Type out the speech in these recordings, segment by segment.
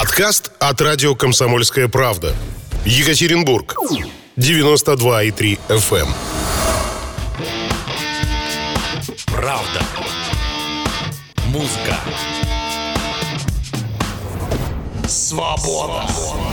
Подкаст от радио «Комсомольская правда». Екатеринбург. 92,3 FM. Правда. Музыка. Свобода.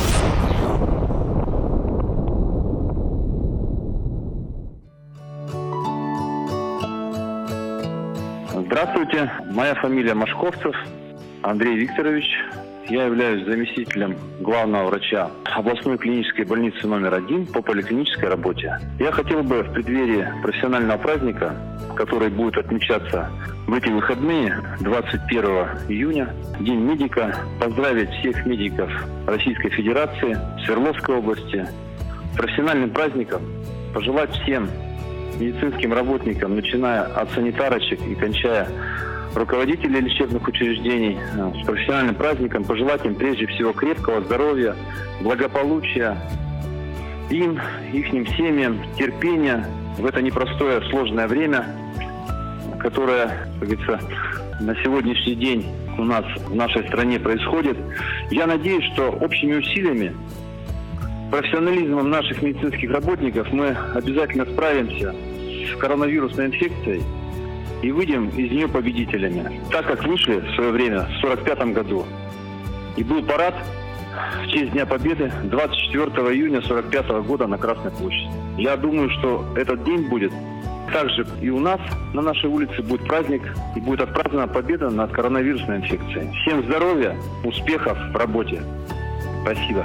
Здравствуйте, моя фамилия Машковцев Андрей Викторович. Я являюсь заместителем главного врача областной клинической больницы номер 1 по поликлинической работе. Я хотел бы в преддверии профессионального праздника, который будет отмечаться в эти выходные, 21 июня, День медика, поздравить всех медиков Российской Федерации, Свердловской области с профессиональным праздником, пожелать всем медицинским работникам, начиная от санитарочек и кончая руководителей лечебных учреждений, с профессиональным праздником, пожелать им прежде всего крепкого здоровья, благополучия, им, ихним семьям, терпения в это непростое, сложное время, которое, как говорится, на сегодняшний день у нас в нашей стране происходит. Я надеюсь, что общими усилиями, профессионализмом наших медицинских работников мы обязательно справимся с коронавирусной инфекцией и выйдем из нее победителями. Так как вышли в свое время, в 1945 году, и был парад в честь Дня Победы 24 июня 1945 года на Красной площади. Я думаю, что этот день будет также и у нас, на нашей улице, будет праздник, и будет отпразднована победа над коронавирусной инфекцией. Всем здоровья, успехов в работе. Спасибо.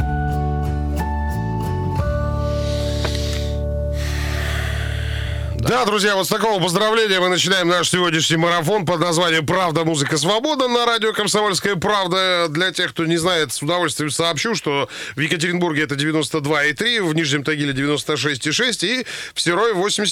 Да, друзья, вот с такого поздравления мы начинаем наш сегодняшний марафон под названием «Правда, музыка, свобода» на радио «Комсомольская правда». Для тех, кто не знает, с удовольствием сообщу, что в Екатеринбурге это 92,3, в Нижнем Тагиле 96,6 и в Серове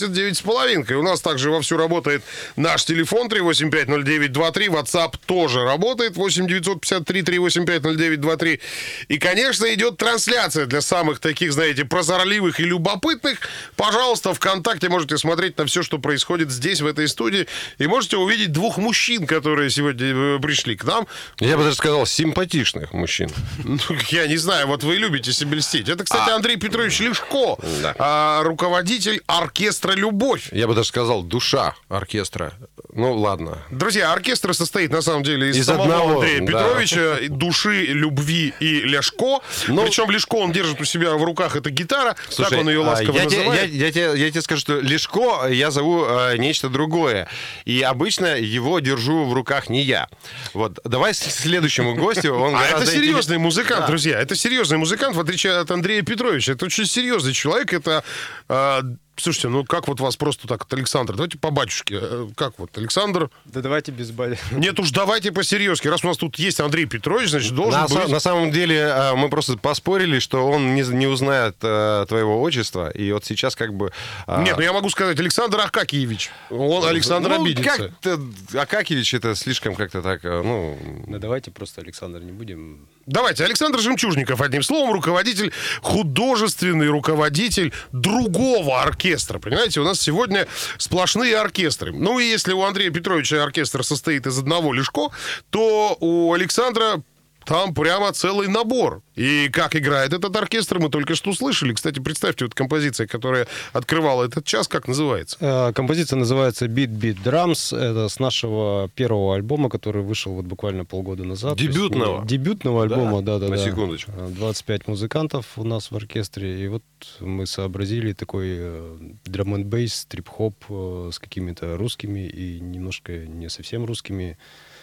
89,5. И у нас также вовсю работает наш телефон 3850923, WhatsApp тоже работает 8-953 3850923. И, конечно, идет трансляция для самых таких, знаете, прозорливых и любопытных. Пожалуйста, ВКонтакте можете смотреть на все, что происходит здесь, в этой студии, и можете увидеть двух мужчин, которые сегодня пришли к нам. Я бы даже сказал, симпатичных мужчин. Ну, я не знаю, вот вы любите себя льстить. Это, кстати, Андрей Петрович Лешко, да. Руководитель оркестра «Любовь». Я бы даже сказал, душа оркестра. Ну, ладно. Друзья, оркестр состоит, на самом деле, из самого одного, Андрея Петровича, да. Души, любви и Лешко. Но... Причем Лешко, он держит у себя в руках, это гитара. Слушай, так он ее ласково называет. Я тебе скажу, что Лешко я зову нечто другое. И обычно его держу в руках не я. Вот, давай к следующему гостю. Он это серьезный музыкант, да. Друзья. Это серьезный музыкант, в отличие от Андрея Петровича. Это очень серьезный человек. Это... Слушайте, ну как вот вас просто так, Александр, давайте по батюшке. Как вот, Александр? Да давайте без бали. Нет уж, давайте по-серьезки. Раз у нас тут есть Андрей Петрович, значит, должен быть... На самом деле мы просто поспорили, что он не узнает твоего отчества, и вот сейчас как бы... Нет, ну я могу сказать, Александр Акакиевич. Он Александр обидится. Акакиевич это слишком как-то так, Ну давайте просто Александр не будем... Давайте, Александр Жемчужников, одним словом, руководитель, художественный руководитель другого оркестра. Понимаете, у нас сегодня сплошные оркестры. Ну и если у Андрея Петровича оркестр состоит из одного Лешко, то у Александра там прямо целый набор. И как играет этот оркестр, мы только что услышали. Кстати, представьте, вот композиция, которая открывала этот час, как называется? Композиция называется «Beat Beat Drums». Это с нашего первого альбома, который вышел вот буквально полгода назад. Дебютного? Дебютного альбома, да. На секундочку. 25 музыкантов у нас в оркестре. И вот мы сообразили такой драм-н-бейс, трип-хоп с какими-то русскими и немножко не совсем русскими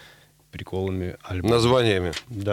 приколами альбома. Названиями. Да.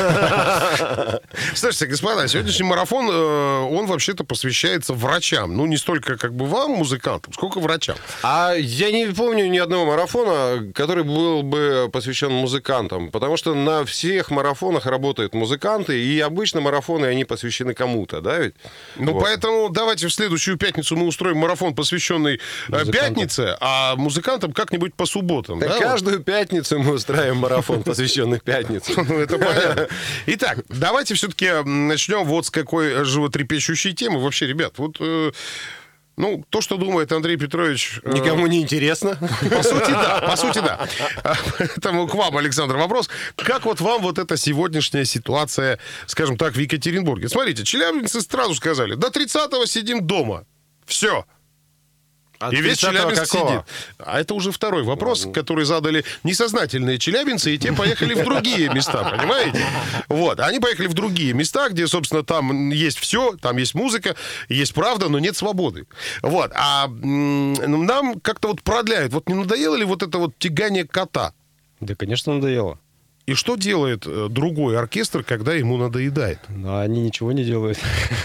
Слушайте, господа, сегодняшний марафон, он вообще-то посвящается врачам. Ну, не столько как бы вам, музыкантам, сколько врачам. А я не помню ни одного марафона, который был бы посвящен музыкантам. Потому что на всех марафонах работают музыканты, и обычно марафоны, они посвящены кому-то, да ведь? Ну, вот. Поэтому давайте в следующую пятницу мы устроим марафон, посвященный пятнице, а музыкантам как-нибудь по субботам. Да, каждую пятницу мы устраиваем марафон, посвященный пятнице. Ну, это понятно. Итак, давайте все-таки начнем вот с какой животрепещущей темы. Вообще, ребят, вот Ну, то, что думает Андрей Петрович... Никому не интересно. По сути, да. Никому не интересно. Никому не интересно. По сути, да. Поэтому к вам, Александр, вопрос. Как вот вам вот эта сегодняшняя ситуация, скажем так, в Екатеринбурге? Смотрите, челябинцы сразу сказали, до 30-го сидим дома. Все. И весь Челябинск сидит. А это уже второй вопрос, который задали несознательные челябинцы, и те поехали в другие места, понимаете? Вот. Они поехали в другие места, где, собственно, там есть все, там есть музыка, есть правда, но нет свободы. Вот. А нам как-то вот продляют. Вот не надоело ли вот это вот тягание кота? Да, конечно, надоело. И что делает другой оркестр, когда ему надоедает? Но они ничего не делают.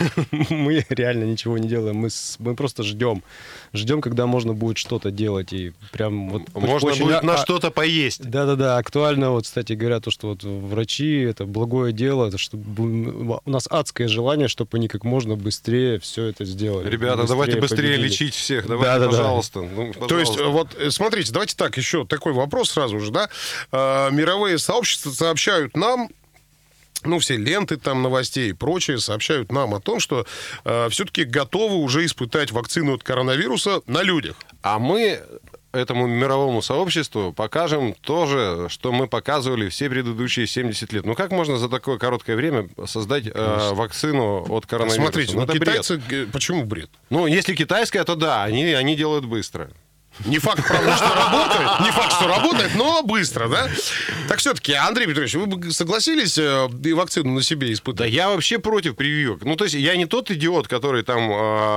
Мы реально ничего не делаем. Мы просто ждем. Ждем, когда можно будет что-то делать. И прям вот можно будет на что-то поесть. Да-да-да. Актуально, вот, кстати говоря, то, что вот врачи, это благое дело. Это чтобы у нас адское желание, чтобы они как можно быстрее все это сделали. Ребята, давайте быстрее лечить всех. Давайте, пожалуйста. Ну, пожалуйста. То есть, вот, смотрите, давайте так, еще такой вопрос сразу же, да. Мировые сообщества сообщают нам, ну, все ленты там новостей и прочее сообщают нам о том, что все-таки готовы уже испытать вакцину от коронавируса на людях. А мы этому мировому сообществу покажем то же, что мы показывали все предыдущие 70 лет. Ну, как можно за такое короткое время создать вакцину от коронавируса? Смотрите, ну, китайцы... Почему бред? Ну, если китайская, то да, они делают быстро. Не факт, правда, что работает, но быстро, да? Так все-таки, Андрей Петрович, вы бы согласились и вакцину на себе испытать? Да я вообще против прививок. Ну, то есть я не тот идиот, который там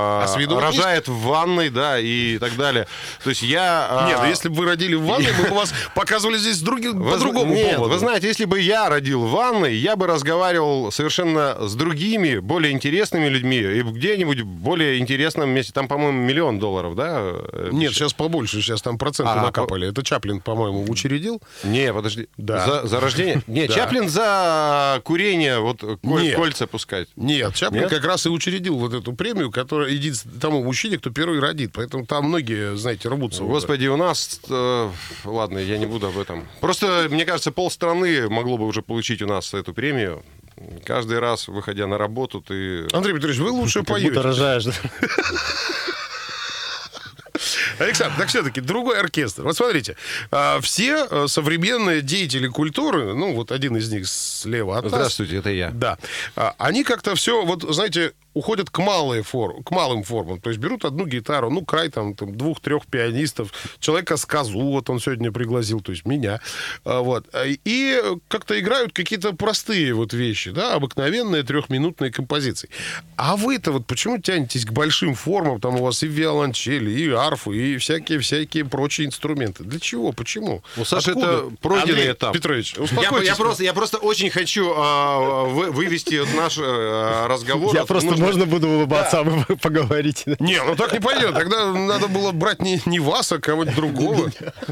рожает в ванной, да, и так далее. То есть я... Нет, если бы вы родили в ванной, мы бы вас показывали здесь по другому поводу. Вы знаете, если бы я родил в ванной, я бы разговаривал совершенно с другими, более интересными людьми, и где-нибудь в более интересном месте. Там, по-моему, $1 миллион, да? Нет, сейчас побольше, сейчас там проценты накапали. Это Чаплин, по-моему, учредил. Не, подожди. Да. За рождение? Нет, да. Чаплин за курение, вот кольца пускать. Нет, Чаплин как раз и учредил вот эту премию, которая идет тому мужчине, кто первый родит. Поэтому там многие, знаете, рвутся. Господи, у нас... Ладно, я не буду об этом. Просто, мне кажется, полстраны могло бы уже получить у нас эту премию. Каждый раз, выходя на работу, ты... Андрей Петрович, вы лучше поете. Как будто рожаешь, да? Александр, так все-таки другой оркестр. Вот смотрите, все современные деятели культуры, ну вот один из них слева от нас. Здравствуйте, это я. Да. Они как-то все, вот знаете, уходят к малым формам. То есть берут одну гитару, ну, край там 2-3 пианистов, человека с козу, вот он сегодня пригласил, то есть меня. Вот. И как-то играют какие-то простые вот вещи, да, обыкновенные 3-минутные композиции. А вы-то вот почему тянетесь к большим формам? Там у вас и виолончели, и арфы, и всякие прочие инструменты. Для чего? Почему? У Саши это пройденный этап. Петрович, успокойтесь. Я просто очень хочу вывести наш разговор. Я просто можно буду улыбаться, а вы поговорите. Не, ну так не пойдет. Тогда надо было брать не вас, а кого-нибудь другого.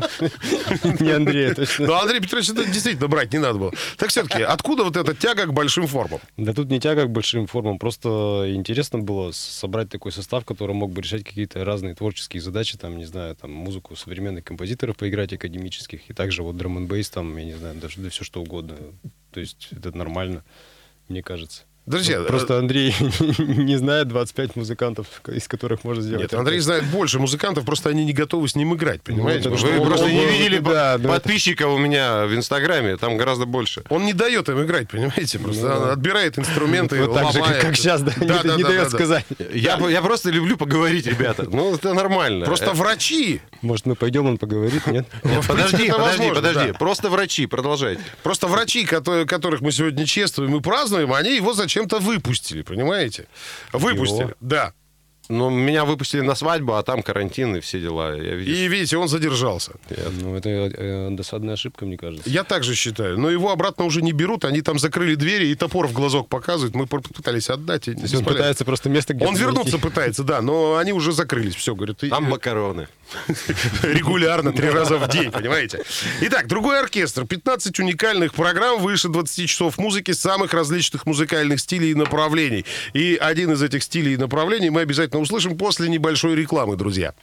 Не Андрея, точно. Ну, Андрей Петрович, это действительно брать не надо было. Так все-таки, откуда вот эта тяга к большим формам? Да тут не тяга к большим формам, просто интересно было собрать такой состав, который мог бы решать какие-то разные творческие задачи, там, не знаю, там, музыку современных композиторов поиграть академических, и также вот драм-н-бейс, там, я не знаю, даже да все что угодно. То есть это нормально, мне кажется. Друзья, просто Андрей не знает 25 музыкантов, из которых можно сделать. Нет, Андрей знает больше музыкантов, просто они не готовы с ним играть, понимаете? Вы просто не видели подписчиков у меня в Инстаграме, там гораздо больше. Он не дает им играть, понимаете? Просто отбирает инструменты, вот так же, как сейчас, да, не дает сказать. Я просто люблю поговорить, ребята. Ну, это нормально. Просто врачи. Может, мы пойдем, он поговорит, нет? Подожди. Просто врачи, продолжайте. Просто врачи, которых мы сегодня чествуем и празднуем, они его зачем-то выпустили, понимаете? Выпустили, да. Ну, меня выпустили на свадьбу, а там карантин и все дела. И, видите, он задержался. Ну, это досадная ошибка, мне кажется. Я так же считаю. Но его обратно уже не берут. Они там закрыли двери и топор в глазок показывают. Мы пытались отдать. То есть он пытается просто место где-то Он вернуться пытается, да. Но они уже закрылись. Все, говорят. Там макароны. Регулярно, 3 раза в день, понимаете? Итак, другой оркестр. 15 уникальных программ, выше 20 часов музыки самых различных музыкальных стилей и направлений. И один из этих стилей и направлений мы обязательно услышим после небольшой рекламы, друзья.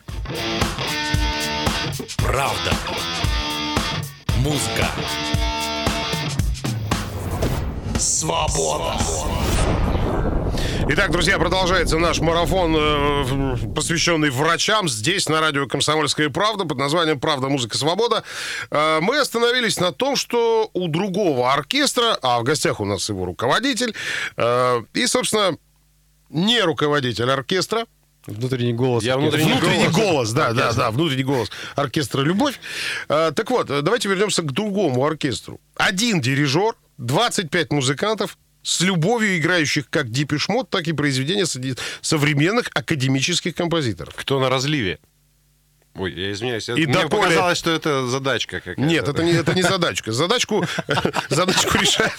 Правда. Музыка. Свобода. Итак, друзья, продолжается наш марафон, посвященный врачам, здесь, на радио «Комсомольская правда», под названием «Правда, музыка, свобода». Мы остановились на том, что у другого оркестра, а в гостях у нас его руководитель, и, собственно, не руководитель оркестра, Внутренний голос. Внутренний голос, да, внутренний голос оркестра «Любовь». Так вот, давайте вернемся к другому оркестру. Один дирижер, 25 музыкантов, с любовью играющих как Depeche Mode, так и произведения современных академических композиторов. Кто на разливе? Ой, я извиняюсь. И мне показалось, что это задачка какая-то. Нет, это не задачка. Задачку решает...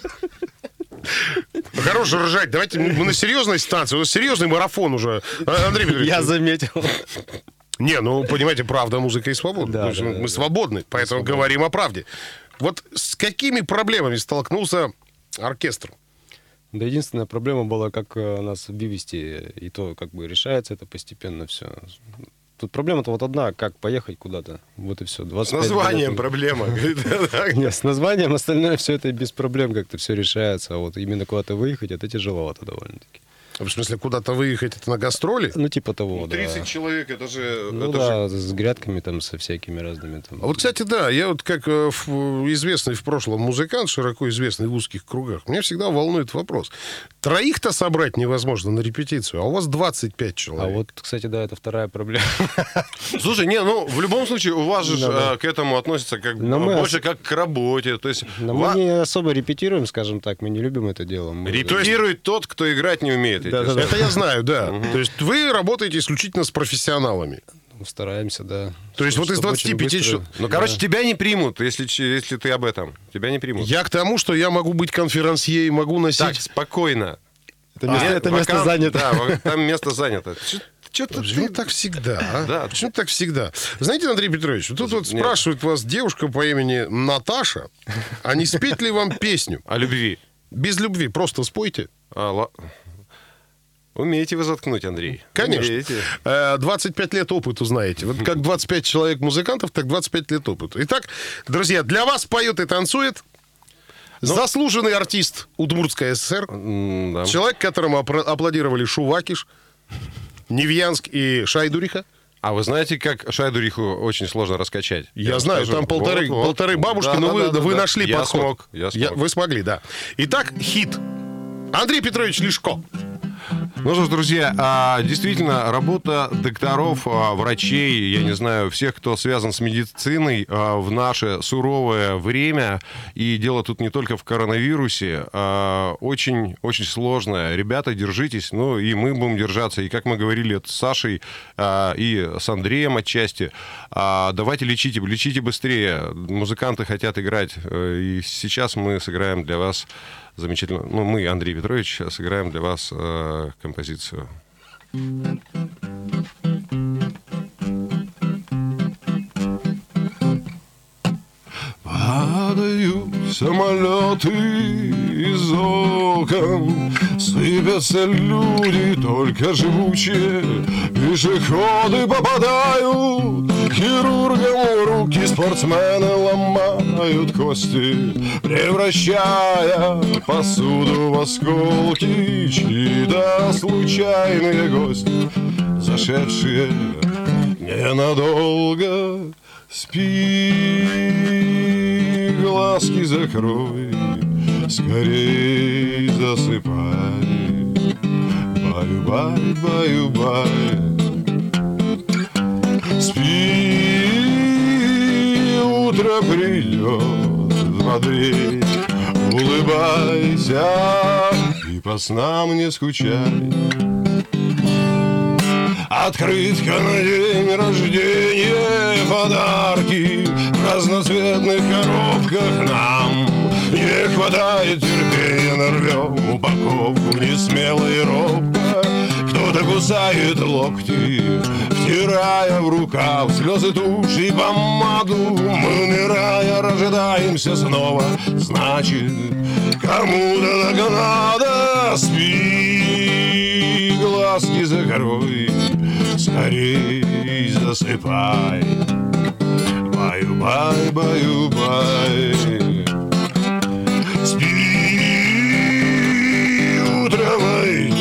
Хорош ржать. Давайте мы на серьезной станции. У нас серьезный марафон уже. Андрей Петрович. Я заметил. Не, ну, понимаете, правда, музыка и свобода. Да, мы свободны, поэтому говорим о правде. Вот с какими проблемами столкнулся оркестр? Да, единственная проблема была, как нас вывести, и то как бы решается это постепенно все. Тут проблема-то вот одна, как поехать куда-то. Вот и все. С названием проблема. Нет, с названием остальное все это без проблем как-то все решается. А вот именно куда-то выехать, это тяжеловато довольно-таки. В смысле, куда-то выехать, это на гастроли? Ну, типа того, 30 да. человек, это же... Ну да, с грядками там, со всякими разными там. А вот, кстати, да, я вот как известный в прошлом музыкант, широко известный в узких кругах, меня всегда волнует вопрос. Троих-то собрать невозможно на репетицию, а у вас 25 человек. А вот, кстати, да, это вторая проблема. Слушай, в любом случае, у вас же к этому относятся больше как к работе. То есть но мы не особо репетируем, скажем так, мы не любим это дело. Репетирует тот, кто играть не умеет. Да. Это я знаю, да. То есть вы работаете исключительно с профессионалами. Стараемся, да. То есть вот из 25 человек... Ну, короче, тебя не примут, если ты об этом. Тебя не примут. Я к тому, что я могу быть конферансье и могу носить... Так, спокойно. Это место занято. Да, там место занято. Почему так всегда, а? Да. Почему так всегда? Знаете, Андрей Петрович, тут вот спрашивает вас девушка по имени Наташа, а не спеть ли вам песню? О любви. Без любви, просто спойте. Умеете вы заткнуть, Андрей? Конечно. Умеете. 25 лет опыту, знаете. Вот как 25 человек музыкантов, так 25 лет опыту. Итак, друзья, для вас поет и танцует заслуженный артист Удмуртской ССР, Да. человек, которому аплодировали Шувакиш, Невьянск и Шайдуриха. А вы знаете, как Шайдуриху очень сложно раскачать? Я знаю, там полторы бабушки, но вы нашли подход. Я смог. Вы смогли, да. Итак, хит. Андрей Петрович Лешко. Ну что ж, друзья, действительно, работа докторов, врачей, я не знаю, всех, кто связан с медициной в наше суровое время, и дело тут не только в коронавирусе, очень, очень сложное. Ребята, держитесь, ну и мы будем держаться. И как мы говорили с Сашей и с Андреем отчасти, давайте лечите быстрее. Музыканты хотят играть, и сейчас мы сыграем для вас замечательно. Ну, мы, Андрей Петрович, сыграем для вас композицию. Падают самолеты из окон, сыпятся люди, только живучие, пешеходы попадают хирургам в руки, спортсмены ломают кости, превращая посуду в осколки. Чьи-то случайные гости, зашедшие ненадолго. Спи, глазки закрой, скорей засыпай. Баю-бай, баю-бай. Спи, утро придет, смотри, улыбайся и по снам не скучай. Открытка на день рождения, подарки в разноцветных коробках нам. Не хватает терпения, нарвем упаковку несмело и робко. Кто-то кусает локти, втирая в рукав слезы, тушь и помаду. Мы, умирая, рождаемся снова, значит, кому-то так надо. Спи, глазки закрой, скорей засыпай. Баю-бай, баю-бай. Спи, утро войдет,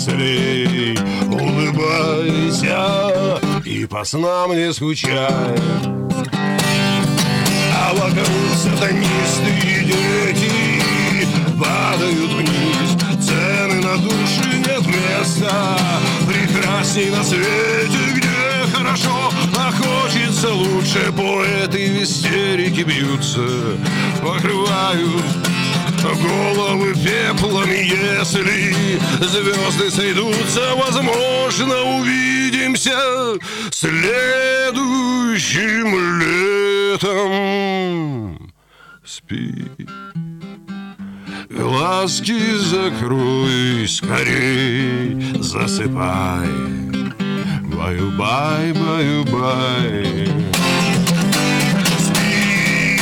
веселей. Улыбайся и по снам не скучай. А вокруг сатанисты и дети падают вниз. Цены на души нет места прекрасней на свете, где хорошо, а хочется лучше. Поэты в истерике бьются, покрывают головы пеплом. Если звезды сойдутся, возможно, увидимся следующим летом. Спи, глазки закрой, скорей засыпай. Баю-бай, баю-бай. Спи,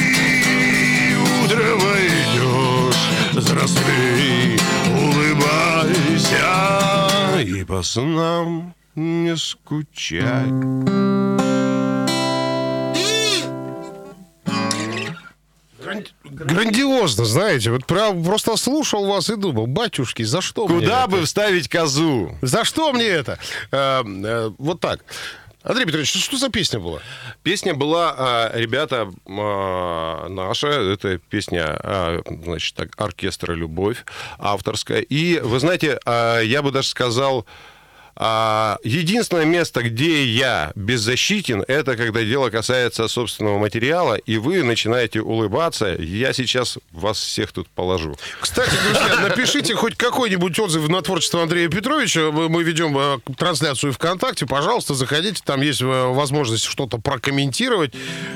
утро войдешь, взрослей, улыбайся и по снам не скучай. Грандиозно, знаете. Вот просто слушал вас и думал, батюшки, за что мне Куда это? бы вставить козу? За что мне это? Вот так. Андрей Петрович, что за песня была? Песня была, ребята, наша, это песня, значит, так, оркестра «Любовь», авторская. И, вы знаете, я бы даже сказал, единственное место, где я беззащитен, это когда дело касается собственного материала, и вы начинаете улыбаться. Я сейчас вас всех тут положу. Кстати, друзья, напишите хоть какой-нибудь отзыв на творчество Андрея Петровича. Мы ведем трансляцию ВКонтакте. Пожалуйста, заходите. Там есть возможность что-то прокомментировать.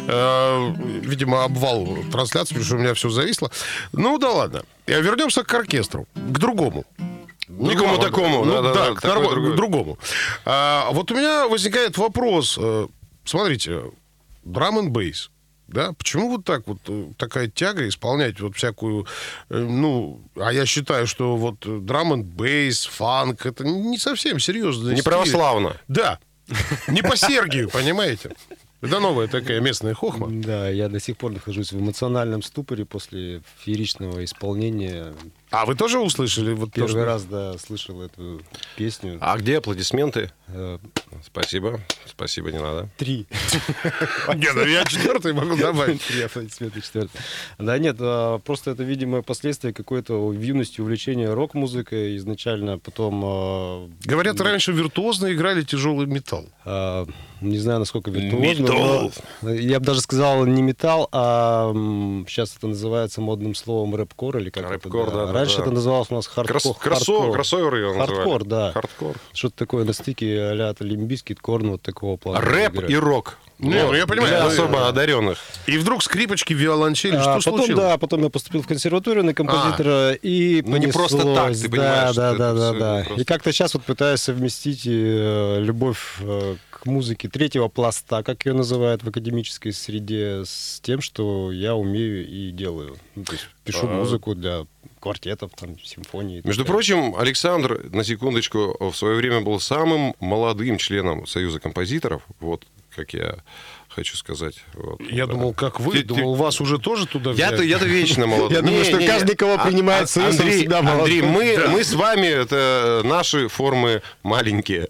Видимо, обвал трансляции, потому что у меня все зависло. Ну да ладно. Вернемся к оркестру. К другому. Никому такому. Ну, да, к к другому. Вот у меня возникает вопрос. Смотрите, драм-н-бейс. Да? Почему вот так вот такая тяга исполнять вот всякую... Ну, а я считаю, что вот драм-н-бейс, фанк, это не совсем серьезно. Не православно. Да. Не по Сергию, понимаете? Это новая такая местная хохма. Да, я до сих пор нахожусь в эмоциональном ступоре после фееричного исполнения. А вы тоже услышали? Вот Первый раз, да, слышал эту песню. А где аплодисменты? Спасибо. Спасибо, не надо. 3. Нет, ну я 4 могу добавить. 3 аплодисмента, 4. Да нет, просто это, видимо, последствия какой-то в юности увлечения рок-музыкой изначально, потом... Говорят, раньше виртуозно играли тяжелый металл. Не знаю, насколько виртуозно. Я бы даже сказал не металл, а сейчас это называется модным словом рэп-кор или как Рэп-кор, это. да. Раньше это называлось у нас хардкор. Кроссоверы его называли. Хардкор, да. Хардкор. Что-то такое на стике а-ля Лимп Бизкит, Корн, вот такого плана. Рэп и рок. Ну, я понимаю. Для особо одаренных. И вдруг скрипочки, виолончели, что потом, случилось? да, потом я поступил в консерваторию на композитора, и Ну, не просто так, ты понимаешь, что это всё Да. просто- И как-то сейчас вот пытаюсь совместить любовь к музыке третьего пласта, как ее называют в академической среде, с тем, что я умею и делаю. Ну, то есть пишу музыку для квартетов, там, симфоний. и так Между далее. прочим, Александр, на секундочку, в свое время был самым молодым членом Союза композиторов. Вот, как я хочу сказать. Вот, Я да. думал, как вы. Ты- Думал, вас уже тоже туда взяли. Я-то вечно молодой. Я думаю, что каждый, кого принимает Союз, он Андрей, всегда молодой. Андрей, мы с вами, это наши формы маленькие.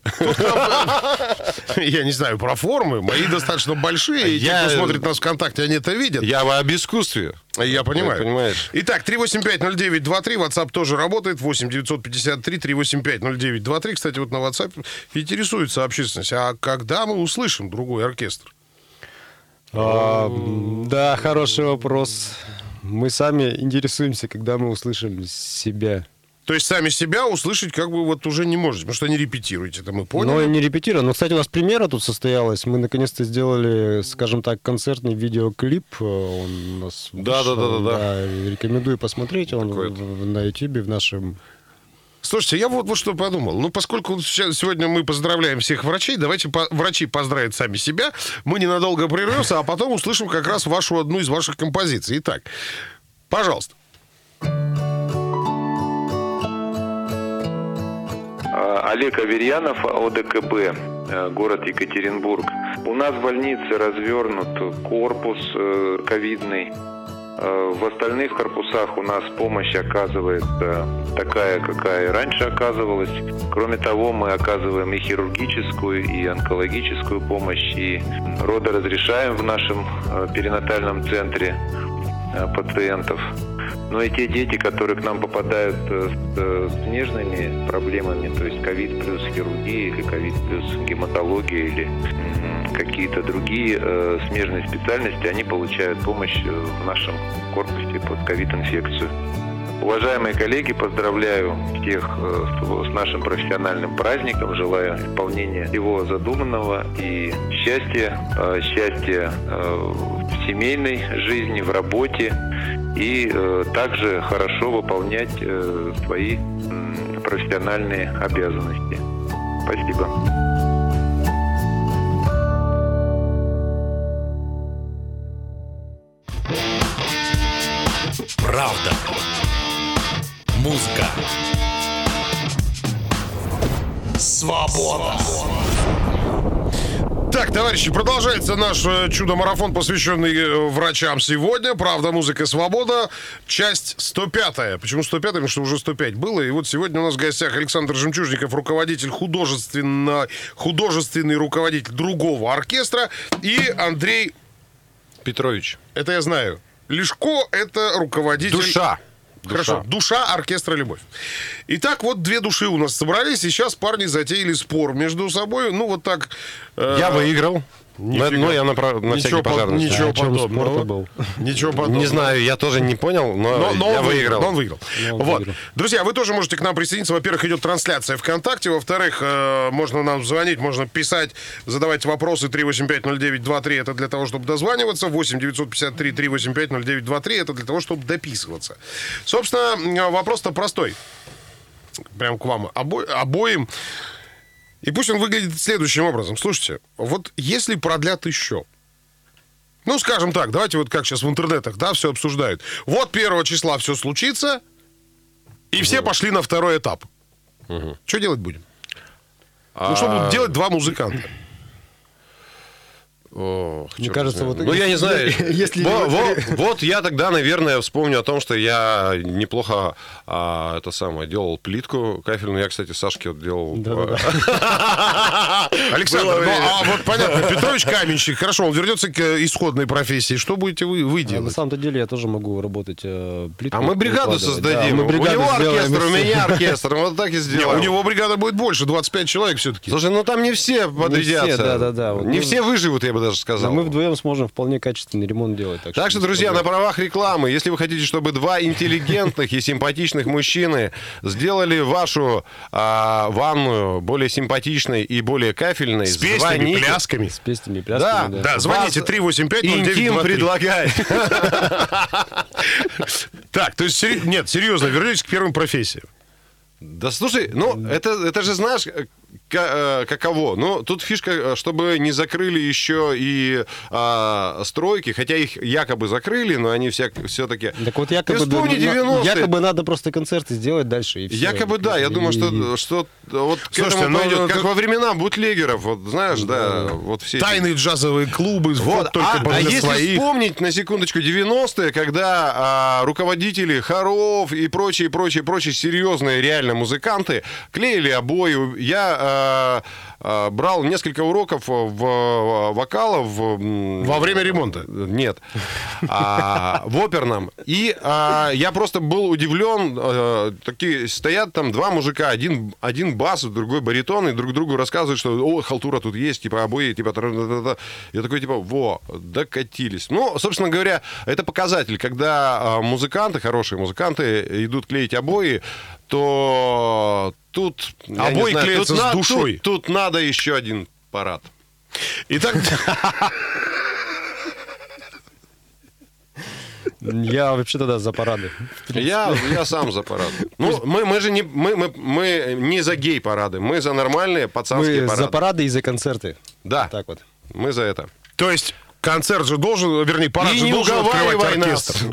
Я не знаю про формы. Мои достаточно большие. И те, Я- кто смотрит нас ВКонтакте, они это видят. Я об искусстве. Я понимаю. Понимаешь? Итак, 3850923, WhatsApp тоже работает, 8-953-385-0923. Кстати, вот на WhatsApp интересуется общественность, а когда мы услышим другой оркестр? Да, хороший вопрос. Мы сами интересуемся, когда мы услышим себя. То есть сами себя услышать как бы вот уже не можете, потому что не репетируете, это мы Но поняли. не репетируем. Но, кстати, у нас премьера тут состоялась. Мы наконец-то сделали, скажем так, концертный видеоклип. Он у нас Да. рекомендую посмотреть. Он Какой-то. на YouTube в нашем... Слушайте, я вот что подумал. Ну, поскольку сегодня мы поздравляем всех врачей, давайте врачи поздравят сами себя. Мы ненадолго прервемся, а потом услышим как раз вашу одну из ваших композиций. Итак, пожалуйста. Олег Аверьянов, ОДКБ, город Екатеринбург. У нас в больнице развернут корпус ковидный. В остальных корпусах у нас помощь оказывается такая, какая и раньше оказывалась. Кроме того, мы оказываем и хирургическую, и онкологическую помощь, и родоразрешаем в нашем перинатальном центре пациентов. Но и те дети, которые к нам попадают с снежными проблемами, то есть ковид плюс хирургия или ковид плюс гематология или какие-то другие смежные специальности, они получают помощь в нашем корпусе под ковид-инфекцию. Уважаемые коллеги, поздравляю всех с нашим профессиональным праздником, желаю исполнения всего задуманного и счастья в семейной жизни, в работе и также хорошо выполнять свои профессиональные обязанности. Спасибо. Правда. Музыка. Свобода. Так, товарищи, продолжается наш чудо-марафон, посвященный врачам сегодня. «Правда, музыка, свобода». Часть 105-я. Почему 105-я? Потому что уже 105 было. И вот сегодня у нас в гостях Александр Жемчужников, руководитель художественный руководитель другого оркестра. И Андрей Петрович. Это я знаю. Лешко — это руководитель... Душа. Хорошо. Душа оркестра «Любовь». Итак, вот две души у нас собрались, и сейчас парни затеяли спор между собой. Ну, вот так... Я выиграл. Ну, я на всякий пожарный. Ничего подобного. Ничего подобного. Не знаю, я тоже не понял, но я выиграл. Он выиграл. Вот. Друзья, вы тоже можете к нам присоединиться. Во-первых, идет трансляция ВКонтакте. Во-вторых, можно нам звонить, можно писать, задавать вопросы. 3850923 это для того, чтобы дозваниваться. 8-953-385-0923 это для того, чтобы дописываться. Собственно, вопрос-то простой. Прям к вам обоим. И пусть он выглядит следующим образом. Слушайте, вот если продлят еще, ну, скажем так, давайте вот как сейчас в интернетах, да, все обсуждают. Вот 1 числа все случится, и все пошли на второй этап. Что делать будем? Ну, что будут делать два музыканта? Мне кажется, вот... Ну, я не знаю. Если вот я тогда, наверное, вспомню о том, что я неплохо делал плитку кафельную. Я, кстати, Сашке вот делал... Александр, вот понятно, Петрович каменщик, хорошо, он вернется к исходной профессии. Что будете вы делать? На самом-то деле я тоже могу работать плитку. А мы бригаду создадим. У него оркестр, у меня оркестр. Вот так и сделаем. У него бригада будет больше, 25 человек все-таки. Слушай, ну там не все подрядятся. Не все выживут, я бы даже сказал. Мы вдвоем сможем вполне качественный ремонт делать. Так что, друзья, на правах рекламы, если вы хотите, чтобы два интеллигентных и симпатичных мужчины сделали вашу ванную более симпатичной и более кафельной, с песнями, плясками. С песнями, плясками, да. Звоните 385-0923. Интим предлагает. Так, то есть, нет, серьезно, вернитесь к первым профессиям. Да слушай, ну, это же знаешь... Каково? Ну, тут фишка, чтобы не закрыли еще и стройки, хотя их якобы закрыли, но они все-таки... Так вот якобы надо просто концерты сделать дальше, и все. Якобы да, я думаю, что вот к этому пойдет, как во времена бутлегеров, вот знаешь, да, вот все... Тайные джазовые клубы, вот только для если своих. вспомнить на секундочку 90-е, когда руководители хоров и прочие серьезные реально музыканты клеили обои, я брал несколько уроков вокала во время ремонта. Нет. В оперном. И я просто был удивлен. Такие стоят там два мужика. Один бас, другой баритон. И друг другу рассказывают, что халтура тут есть, типа обои, типа... Я такой, типа, докатились. Ну, собственно говоря, это показатель. Когда музыканты, хорошие музыканты, идут клеить обои, то тут... Обои клеятся с душой. Тут надо еще один парад. Итак... Я вообще тогда за парады. Я сам за парады. Ну, мы же не за гей-парады, мы за нормальные пацанские парады. Мы за парады и за концерты. Да, так вот. Мы за это. То есть концерт же должен, вернее, парад же должен открывать оркестр. Да.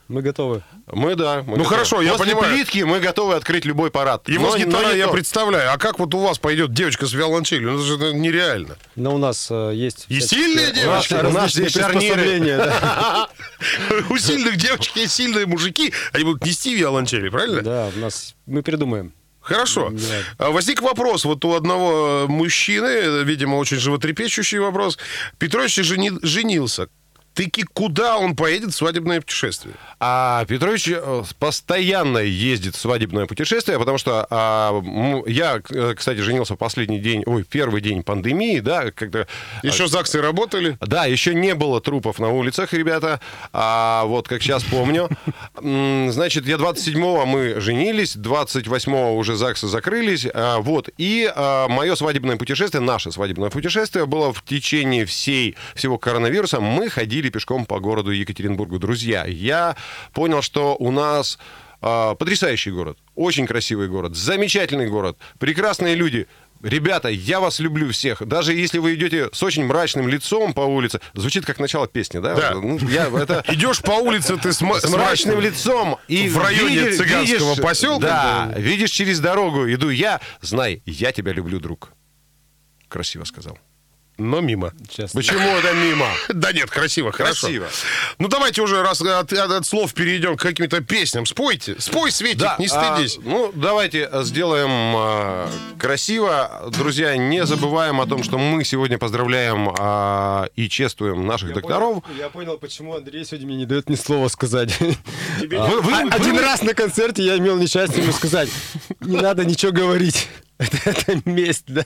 Мы готовы. Мы готовы. хорошо, я После понимаю. плитки мы готовы открыть любой парад. Его с Но гитарой не я то. представляю. А как вот у вас пойдет девочка с виолончелью? Ну, это же нереально. Но у нас есть... И всякие сильные девочки? У нас различные есть шарниры. приспособления, да. У сильных девочек есть сильные мужики. Они будут нести виолончели, правильно? Да, у нас... Мы придумаем. Хорошо. Да. Возник вопрос вот у одного мужчины, видимо, очень животрепещущий вопрос. Петрович женился. Таки куда он поедет в свадебное путешествие? А Петрович постоянно ездит в свадебное путешествие, потому что я, кстати, женился в первый день пандемии, да, когда... Еще ЗАГСы работали? Да, еще не было трупов на улицах, ребята, вот как сейчас помню. Значит, я 27-го мы женились, 28-го уже ЗАГСы закрылись, вот, и мое свадебное путешествие, наше свадебное путешествие было в течение всего коронавируса. Мы ходили пешком по городу Екатеринбургу. Друзья, я понял, что у нас потрясающий город, очень красивый город, замечательный город, прекрасные люди. Ребята, я вас люблю всех. Даже если вы идете с очень мрачным лицом по улице, звучит как начало песни, да? Да. Идешь по улице, ты с мрачным лицом и в районе цыганского поселка. Да, видишь через дорогу, иду я, знай, я тебя люблю, друг. Красиво сказал. Но мимо. Честно. Почему это мимо? Да нет, красиво, хорошо. Красиво. Ну давайте уже, раз от слов перейдем к каким-то песням. Спойте. Спой, Светик, Да, не стыдись. Давайте сделаем красиво. Друзья, не забываем о том, что мы сегодня поздравляем и чествуем наших докторов. Я понял, почему Андрей сегодня мне не дает ни слова сказать. Вы- Один раз на концерте я имел несчастье ему сказать, не надо ничего говорить. Это месть, да?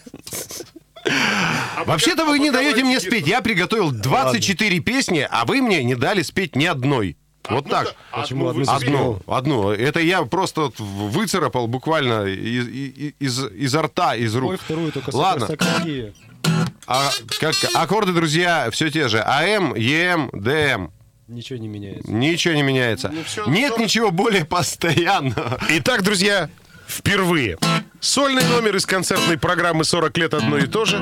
Вообще-то вы не даете мне спеть. Я приготовил 24 песни, а вы мне не дали спеть ни одной. Вот так. Почему Одну. Это я просто вот выцарапал буквально изо рта, из рук. Ой, вторую только Ладно. какие. Аккорды, друзья, все те же. АМ, ЕМ, ДМ. Ничего не меняется. Ничего не меняется. Нет ничего более постоянного. Итак, друзья, впервые. Сольный номер из концертной программы «40 лет одно и то же».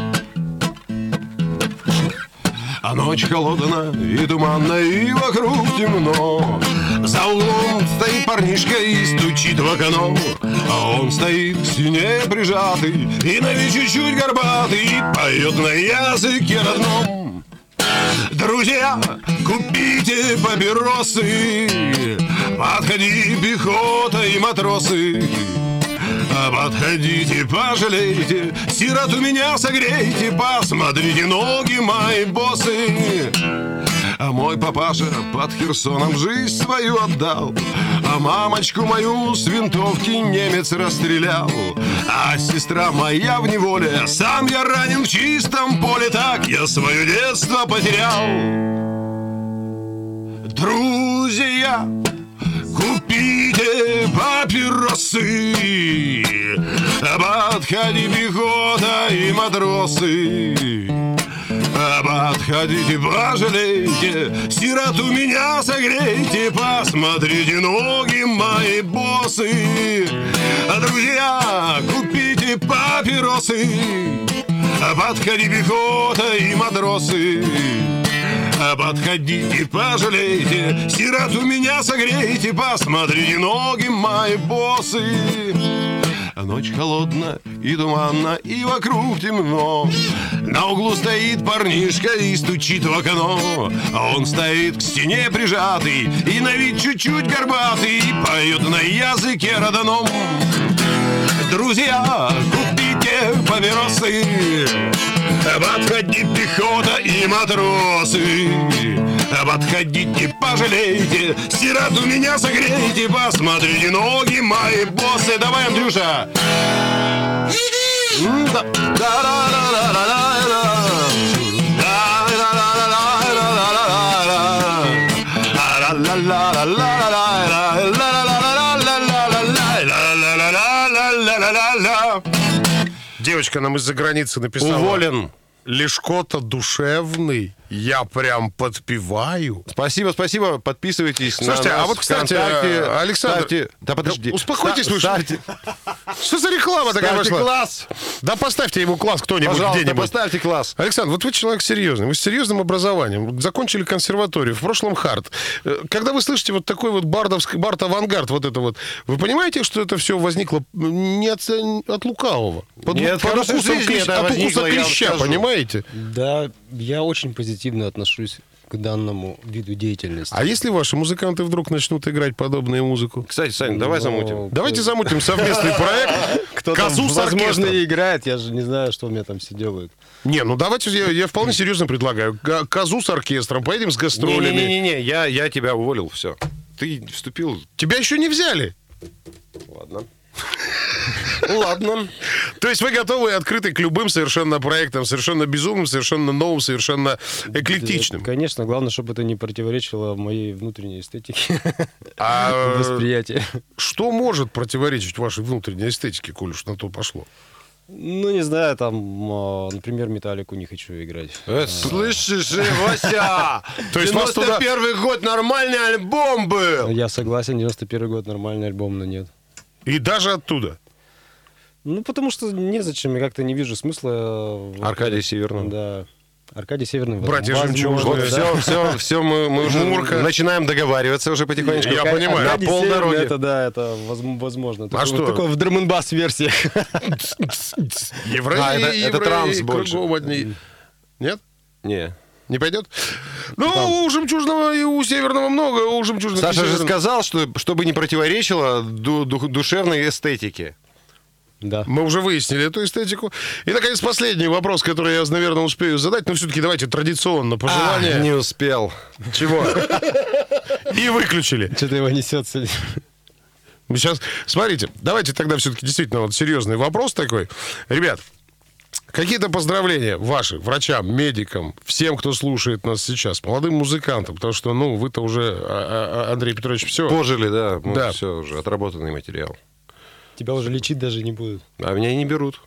А ночь холодна и туманна, и вокруг темно. За углом стоит парнишка и стучит в окно. А он стоит к стене прижатый и на вид чуть-чуть горбатый, и поет на языке родном. Друзья, купите папиросы, подходи, пехота и матросы. Подходите, пожалейте, сироту меня согрейте, посмотрите, ноги мои босы. А мой папаша под Херсоном жизнь свою отдал, а мамочку мою с винтовки немец расстрелял. А сестра моя в неволе, сам я ранен в чистом поле, так я свое детство потерял. Друзья, купите папиросы, подходи, пехота и матросы. Подходите, пожалейте, сироту меня согрейте, посмотрите, ноги мои босы. Друзья, купите папиросы, подходи, пехота и матросы. Подходите, пожалейте, сироту меня согрейте, посмотрите, ноги мои босы. Ночь холодна и туманна, и вокруг темно. На углу стоит парнишка и стучит в окно. Он стоит к стене прижатый и на вид чуть-чуть горбатый, и поет на языке родном. Друзья, купите папиросы, подходи, пехота и матросы. Подходите, пожалейте, сироту меня согрейте, посмотрите, ноги мои боссы. Давай, Андрюша. Девочка нам из-за границы написала. Уволен. Лешко-то душевный, я прям подпеваю. Спасибо, спасибо. Подписывайтесь. Слушайте, на нас а вот, кстати, ВКонтакте. Александр, Да подожди. успокойтесь вы. Что за реклама такая Ставьте пошла? класс. Да поставьте ему класс кто-нибудь Пожалуйста, где-нибудь. поставьте класс. Александр, вот вы человек серьезный, вы с серьезным образованием, закончили консерваторию, в прошлом хард. Когда вы слышите вот такой вот бард-авангард, вот это вот, вы понимаете, что это все возникло не от лукавого? Не от хорошей жизни это от возникло, укуса я вам клеща, скажу. понимаете? Да, я очень позитивно отношусь к данному виду деятельности. А если ваши музыканты вдруг начнут играть подобную музыку? Кстати, Сань, давай Но- замутим. Давайте замутим совместный проект Кто там, «Козу с возможно, оркестром». и играет, я же не знаю, что у меня там все делают. Не, ну давайте, я вполне серьезно предлагаю. «Козу с оркестром», поедем с гастролями. Не-не-не, я тебя уволил, все. Ты вступил... Тебя еще не взяли. Ладно. Ладно. То есть вы готовы и открыты к любым совершенно проектам, совершенно безумным, совершенно новым, совершенно эклектичным. Конечно, главное, чтобы это не противоречило моей внутренней эстетике, А восприятию. что может противоречить вашей внутренней эстетике, коль уж на то пошло? Ну, не знаю, там, например, «Металлику» не хочу играть. Слышишь, Вася? То есть вас туда- 91-й год нормальный альбом был. Я согласен, 91 год нормальный альбом, но нет. И даже оттуда. Ну, потому что незачем, я как-то не вижу смысла. Аркадий Северный. Да. Аркадий Северный. Братья возможно, Жемчужные. Вот все, мы уже Мурка. начинаем договариваться уже потихонечку. Я понимаю. На Аркадий полдороге. Северный, это да, это возможно. А что? Только в драм-н-бас версиях. Евреи, А, это транс больше. кругом одни. Нет? Не. Не пойдет? Ну, у «Жемчужного» и у «Северного» много, у «Жемчужных» и Саша же «Северного». сказал, что чтобы не противоречило душевной эстетике. Да. Мы уже выяснили эту эстетику. И, наконец, последний вопрос, который я, наверное, успею задать. Но все-таки давайте традиционно пожелания. Не успел. Чего? И выключили. Что-то его несется. Сейчас, смотрите, давайте тогда все-таки действительно вот серьезный вопрос такой. Ребят, какие-то поздравления ваши, врачам, медикам, всем, кто слушает нас сейчас, молодым музыкантам, потому что, ну, вы-то уже, Андрей Петрович, все. Пожили, да. Да. Все уже, отработанный материал. Тебя уже лечить даже не будут. А меня и не берут.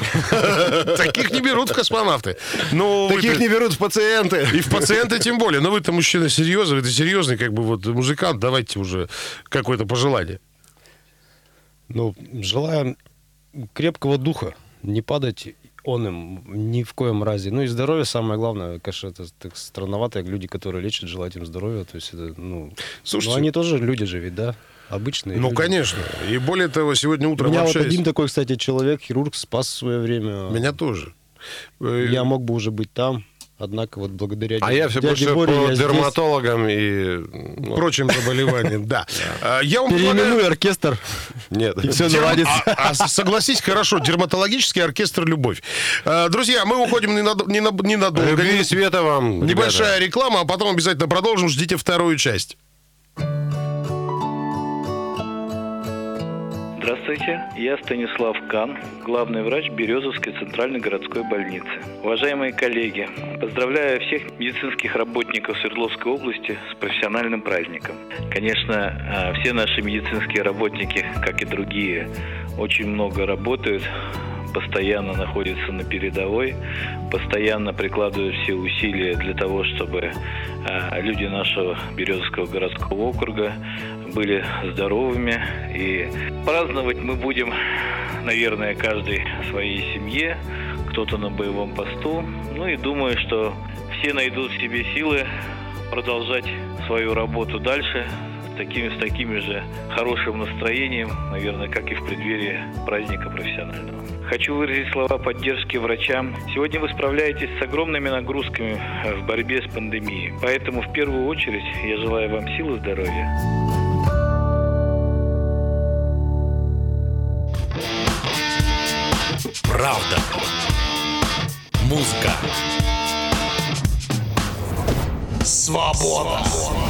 Таких не берут в космонавты. Ну, Таких не берут в пациенты. И в пациенты тем более. Но вы-то мужчина серьезный, вы-то серьезный, как бы вот музыкант, давайте уже какое-то пожелание. Ну, желаем крепкого духа, не падать он им ни в коем разе. Ну и здоровье самое главное. Конечно, это так странновато, люди, которые лечат, желать им здоровья. То есть это, ну... Слушайте, ну, они тоже люди же ведь, да? Обычные ну, люди. конечно. И более того, сегодня утром Меня вот общаясь... один такой, кстати, человек, хирург, спас в свое время. Меня тоже. Я мог бы уже быть там, однако вот благодаря А я все дяде больше Боре по я здесь. дерматологам и... Прочим заболеваниям, да. Я вам Переименую предлагаю... оркестр, Нет. и все наладится. Согласись, хорошо, дерматологический оркестр «Любовь». Друзья, мы уходим ненадолго. Любви и света вам, Небольшая ребята. реклама, а потом обязательно продолжим. Ждите вторую часть. Здравствуйте, я Станислав Кан, главный врач Березовской центральной городской больницы. Уважаемые коллеги, поздравляю всех медицинских работников Свердловской области с профессиональным праздником. Конечно, все наши медицинские работники, как и другие, очень много работают, постоянно находятся на передовой, постоянно прикладывают все усилия для того, чтобы люди нашего Березовского городского округа были здоровыми. И праздновать мы будем, наверное, каждый в своей семье, кто-то на боевом посту. Ну и думаю, что все найдут в себе силы продолжать свою работу дальше с таким же хорошим настроением, наверное, как и в преддверии праздника профессионального. Хочу выразить слова поддержки врачам. Сегодня вы справляетесь с огромными нагрузками в борьбе с пандемией. Поэтому в первую очередь я желаю вам сил и здоровья. Правда. Музыка. Свобода.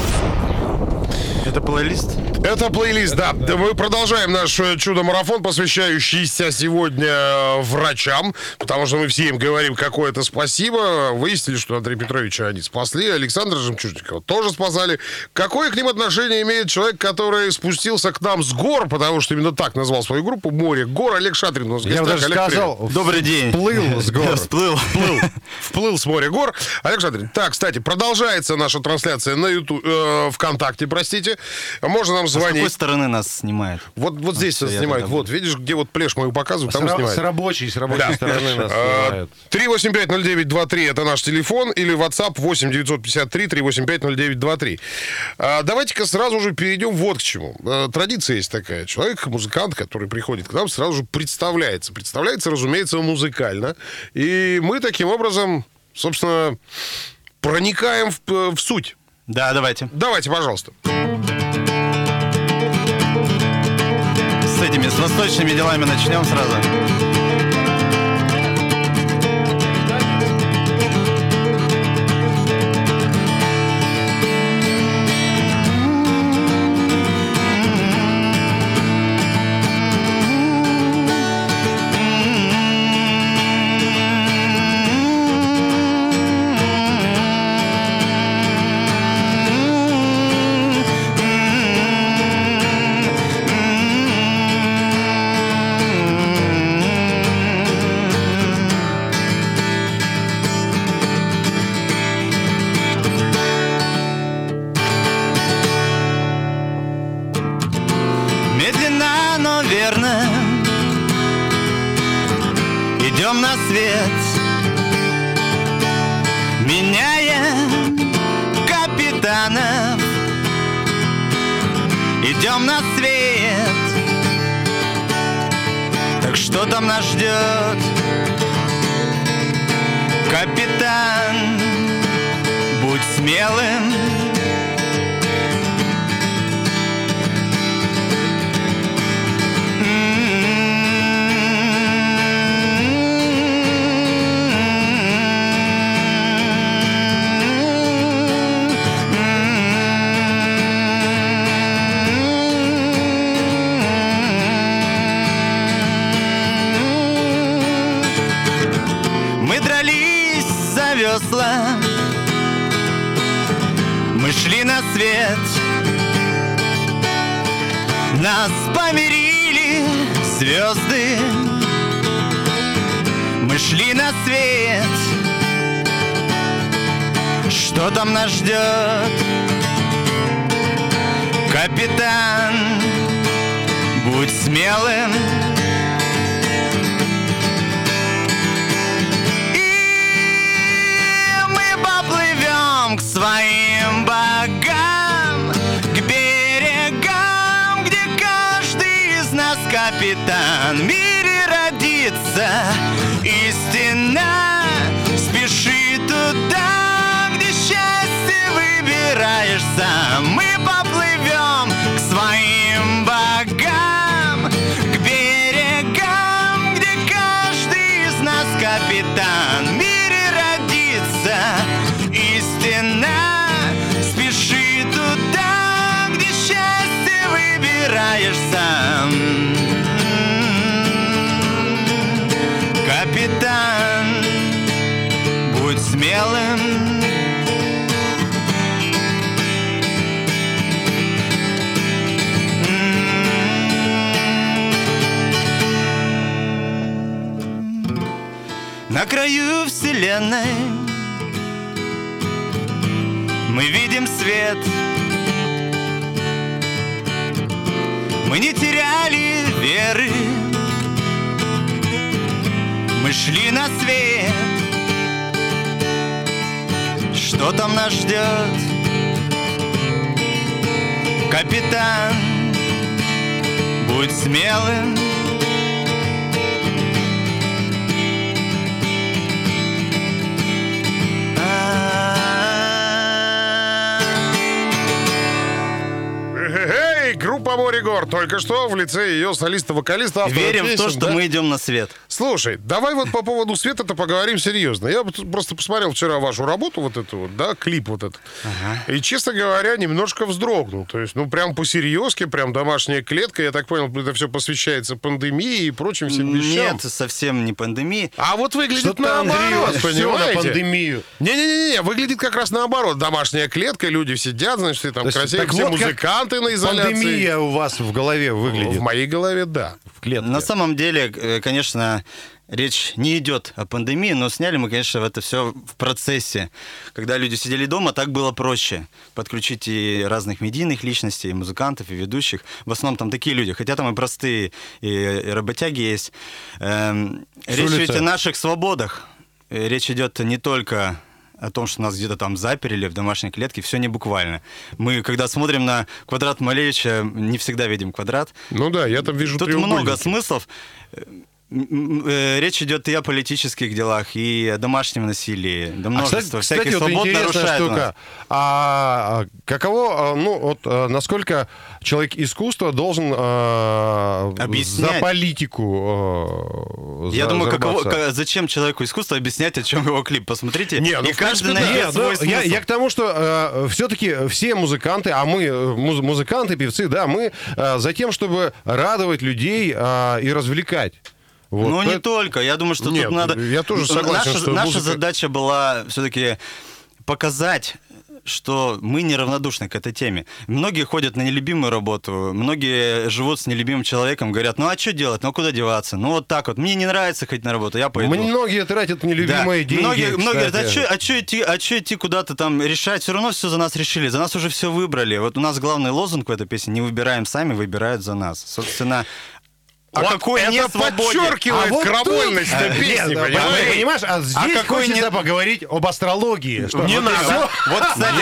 Это плейлист? Это плейлист, да. Мы продолжаем наш чудо-марафон, посвящающийся сегодня врачам, потому что мы все им говорим какое-то спасибо. Выяснили, что Андрея Петровича они спасли, Александра Жемчужникова тоже спасали. Какое к ним отношение имеет человек, который спустился к нам с гор, потому что именно так назвал свою группу, «Море гор», Олег Шатрин. У нас в Я бы гостях. даже Олег, сказал, привет. Добрый день. вплыл с гор. Вплыл с моря гор. Олег Шатрин. Так, кстати, продолжается наша трансляция на YouTube, ВКонтакте, простите. Можно нам можем С какой звонить. стороны нас снимает? Вот здесь нас я снимают. тогда Вот, видишь, где вот плешь мою показывают, там снимают. С рабочей Да. стороны нас снимают. 3850923 это наш телефон, или WhatsApp 8-953-385-0923. Давайте-ка сразу же перейдем вот к чему. Традиция есть такая. Человек, музыкант, который приходит к нам, сразу же представляется. Представляется, разумеется, музыкально. И мы таким образом, собственно, проникаем в суть. Да, давайте. Давайте, пожалуйста. С этими, с восточными делами начнем сразу. Медленно, но верно идем на свет, меняя капитанов. Идем на свет. Так что там нас ждет? Капитан, будь смелым. Мы дрались за весла, мы шли на свет, нас помирили звезды. Мы шли на свет, что там нас ждет? Капитан, будь смелым. К своим богам, к берегам, где каждый из нас капитан. В мире родится истина, спеши туда, где счастье выбираешься. Мы поплывем к своим богам, к берегам, где каждый из нас капитан. В мире родится истина, спеши туда, где счастье выбираешься. Капитан, будь смелым. На краю вселенной мы видим свет. Мы не теряли веры, мы шли на свет. Что там нас ждет? Капитан, будь смелым. Группа «Море гор» только что в лице ее солиста-вокалиста, автора Верим песен, в то, что да? мы идем на свет. Слушай, давай вот по поводу света-то поговорим серьезно. Я просто посмотрел вчера вашу работу, вот эту вот, да, клип вот этот. Ага. И, честно говоря, немножко вздрогнул. То есть, ну, прям по-серьезки, прям домашняя клетка. Я так понял, это все посвящается пандемии и прочим всем вещам. Нет, совсем не пандемии. А вот выглядит наоборот, понимаете? На пандемию. Не-не-не, выглядит как раз наоборот. Домашняя клетка, люди сидят, значит, и там красивые, все вот музыканты на изоляции. Пандемия у вас в голове выглядит? В моей голове, да. В клетке. На самом деле, конечно, речь не идет о пандемии, но сняли мы, конечно, это все в процессе. Когда люди сидели дома, так было проще. Подключить и разных медийных личностей, и музыкантов, и ведущих. В основном там такие люди, хотя там и простые, и работяги есть. Речь ведь о наших свободах. Речь идет не только о том, что нас где-то там заперли в домашней клетке, все не буквально. Мы, когда смотрим на квадрат Малевича, не всегда видим квадрат. Ну да, я там вижу Тут много смыслов. Речь идет и о политических делах, и о домашнем насилии. Да множество всяких свобод нарушает у нас. А каково, насколько человек искусства должен за политику Я думаю, зачем человеку искусства объяснять, о чем его клип? Посмотрите, и каждый найдет свой смысл. Я к тому, что все-таки все музыканты, а мы музыканты, певцы, да, мы за тем, чтобы радовать людей и развлекать. Вот. Ну, не только. Я думаю, что тут надо... Я тоже согласен, что наша задача была все-таки показать, что мы неравнодушны к этой теме. Многие ходят на нелюбимую работу, многие живут с нелюбимым человеком, говорят, ну а что делать, ну куда деваться? Ну вот так вот, мне не нравится ходить на работу, я пойду. Многие тратят нелюбимые деньги. Многие говорят, а что идти куда-то там решать? Все равно все за нас решили, за нас уже все выбрали. Вот у нас главный лозунг в этой песне: не выбираем сами, выбирают за нас. Собственно, какой это подчеркивает крамольность песни, понимаешь? А здесь хочется поговорить об астрологии. Не надо. Вот,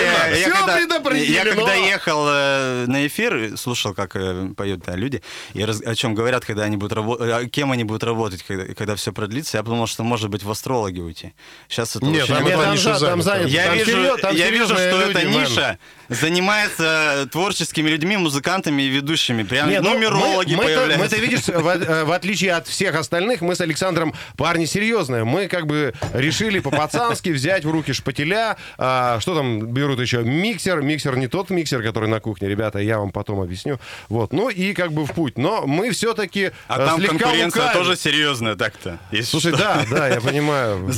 кстати, я когда ехал на эфир, слушал, как поют люди, и о чем говорят, когда они будут работать, кем они будут работать, когда все продлится, я подумал, что может быть в астрологи уйти. Сейчас это нет, там занято. Я вижу, что эта ниша занимается творческими людьми, музыкантами и ведущими. Прям нумерологи появляются. Мы-то, видишь, в отличие от всех остальных, мы с Александром парни серьезные. Мы как бы решили по-пацански взять в руки шпателя. Что там берут еще? Миксер. Миксер не тот миксер, который на кухне, ребята, я вам потом объясню. Вот. Ну и как бы в путь. Но мы все-таки там слегка конкуренция лукавим. тоже серьезная так-то. Слушай, да, я понимаю.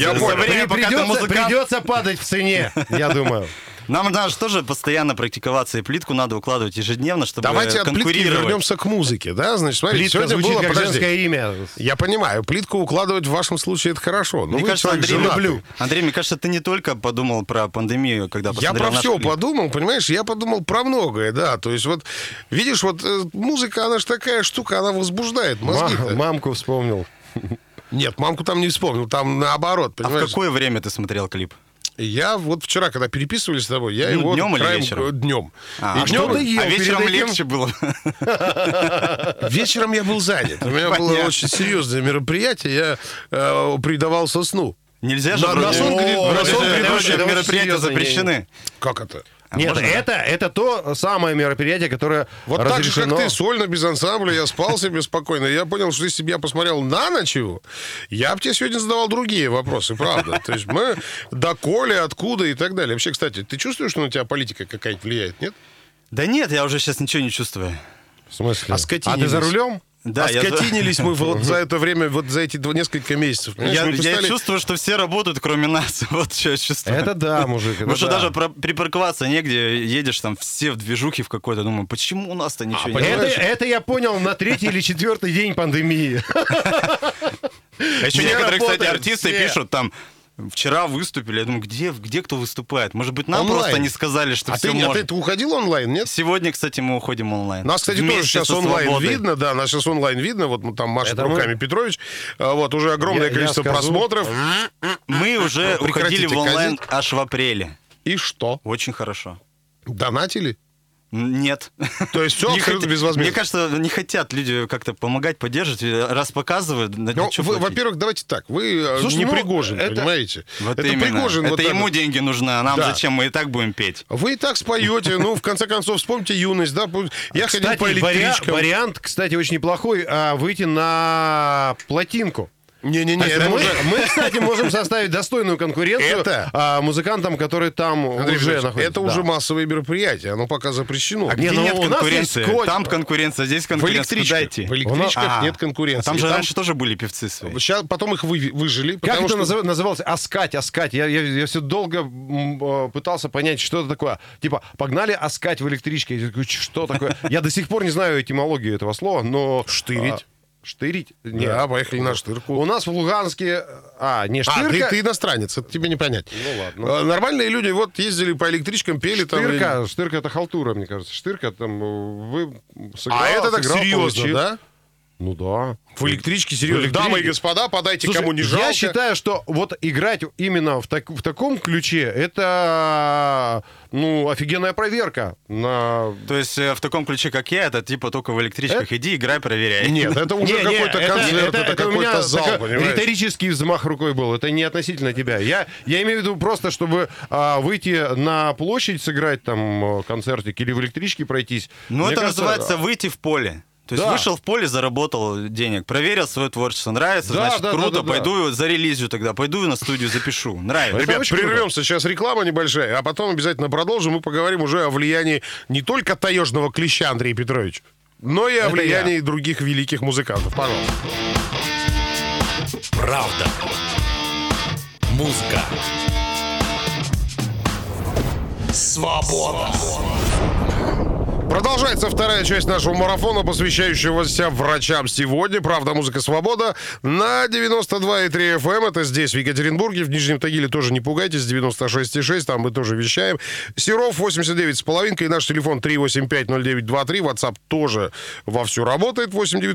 Придется падать в цене, я думаю. Нам надо тоже постоянно практиковаться, и плитку надо укладывать ежедневно, чтобы давайте конкурировать. От плитки вернемся к музыке, да? Значит, смотрите, плитка сегодня было, как женское имя. Я понимаю, плитку укладывать в вашем случае это хорошо. Но мне кажется, Андрей, мне кажется, ты не только подумал про пандемию, когда посмотрел Я про наш все клип. подумал, понимаешь? Я подумал про многое, да. То есть вот, видишь, вот музыка, она же такая штука, она возбуждает мозги. Мамку вспомнил. Нет, мамку там не вспомнил, там наоборот, понимаешь? А в какое время ты смотрел клип? Я вот вчера, когда переписывались с тобой, я его днем или краем... вечером? Днем. А что ты ел? А вечером легче было? Вечером я был занят. У меня было очень серьезное мероприятие, я предавался сну. Нельзя же мероприятия запрещены. Как это? Нет, это то самое мероприятие, которое вот разрешено. Так же, как ты, сольно, без ансамбля, я спал себе спокойно. Я понял, что если бы я посмотрел на ночь его, я бы тебе сегодня задавал другие вопросы, правда. То есть мы доколе, откуда и так далее. Вообще, кстати, ты чувствуешь, что на тебя политика какая-то влияет, нет? Да нет, я уже сейчас ничего не чувствую. В смысле? А ты за рулем? Да, скотинились мы вот за это время, вот за эти несколько месяцев. Я чувствую, что все работают, кроме нас. Вот что я чувствую. Это да, мужик. Потому что даже припарковаться негде, едешь там все в движухе в какой-то, думаю, почему у нас-то ничего не делаешь? Это я понял на 3-й или 4-й день пандемии. А еще некоторые, кстати, артисты пишут там: вчера выступили. Я думаю, где кто выступает? Может быть, нам онлайн. Просто не сказали, что все можно. А ты уходил онлайн, нет? Сегодня, кстати, мы уходим онлайн. Нас, кстати, тоже сейчас онлайн видно. Да, нас сейчас онлайн видно. Вот там машет руками Петрович. Вот уже огромное количество просмотров. Мы уже уходили в онлайн аж в апреле. И что? Очень хорошо. Донатили? Нет. То есть все абсолютно безвозмездно? Мне кажется, не хотят люди как-то помогать, поддерживать, раз показывают. Во-первых, давайте так, вы не Пригожин, понимаете? Вот это Пригожин. Это ему деньги нужны, а нам зачем? Мы и так будем петь. Вы и так споете, в конце концов, вспомните юность, да? Я ходил по электричкам. Вариант, кстати, очень неплохой, выйти на плотинку. Не-не-не, Мы, кстати, можем составить достойную конкуренцию музыкантам, которые там уже находятся. Это уже массовые мероприятия, оно пока запрещено. Где нет конкуренции? Там конкуренция, здесь конкуренция. В электричках нет конкуренции. Там же раньше тоже были певцы свои. Сейчас потом их выжили. Как это называлось? Аскать. Я все долго пытался понять, что это такое. Типа, погнали аскать в электричке. Я такой, что такое? Я до сих пор не знаю этимологию этого слова, но... Штырить. Штырить? Нет. Да, поехали на штырку. У нас в Луганске... не штырка. Ты иностранец, это тебе не понять. Ну ладно. Нормальные люди вот ездили по электричкам, пели там... Штырка это халтура, мне кажется. Штырка там... Сыграл, это так серьезно, получил. да? Ну да. В электричке серьезно. Дамы и господа, подайте, слушай, кому не жалко. Я считаю, что вот играть именно в таком ключе, это, офигенная проверка. То есть в таком ключе, как я, это типа только в электричках иди, играй, проверяй. Нет, это уже какой-то концерт, это какой-то зал, понимаешь? Риторический взмах рукой был, это не относительно тебя. Я имею в виду просто, чтобы выйти на площадь, сыграть там концертик или в электричке пройтись. Это называется выйти в поле. То есть вышел в поле, заработал денег, проверил свое творчество. Нравится, значит, круто, пойду зарелизю тогда, пойду на студию запишу. Нравится. Ребят, прервемся, сейчас реклама небольшая, а потом обязательно продолжим. Мы поговорим уже о влиянии не только таежного клеща Андрея Петровича, но и о влиянии других великих музыкантов. Пожалуйста. Правда. Музыка. Свобода. Продолжается вторая часть нашего марафона, посвящающегося врачам сегодня. «Правда, музыка, свобода» на 92,3 FM. Это здесь, в Екатеринбурге. В Нижнем Тагиле тоже не пугайтесь, 96,6. Там мы тоже вещаем. Серов 89,5. И наш телефон 3850923. WhatsApp тоже вовсю работает.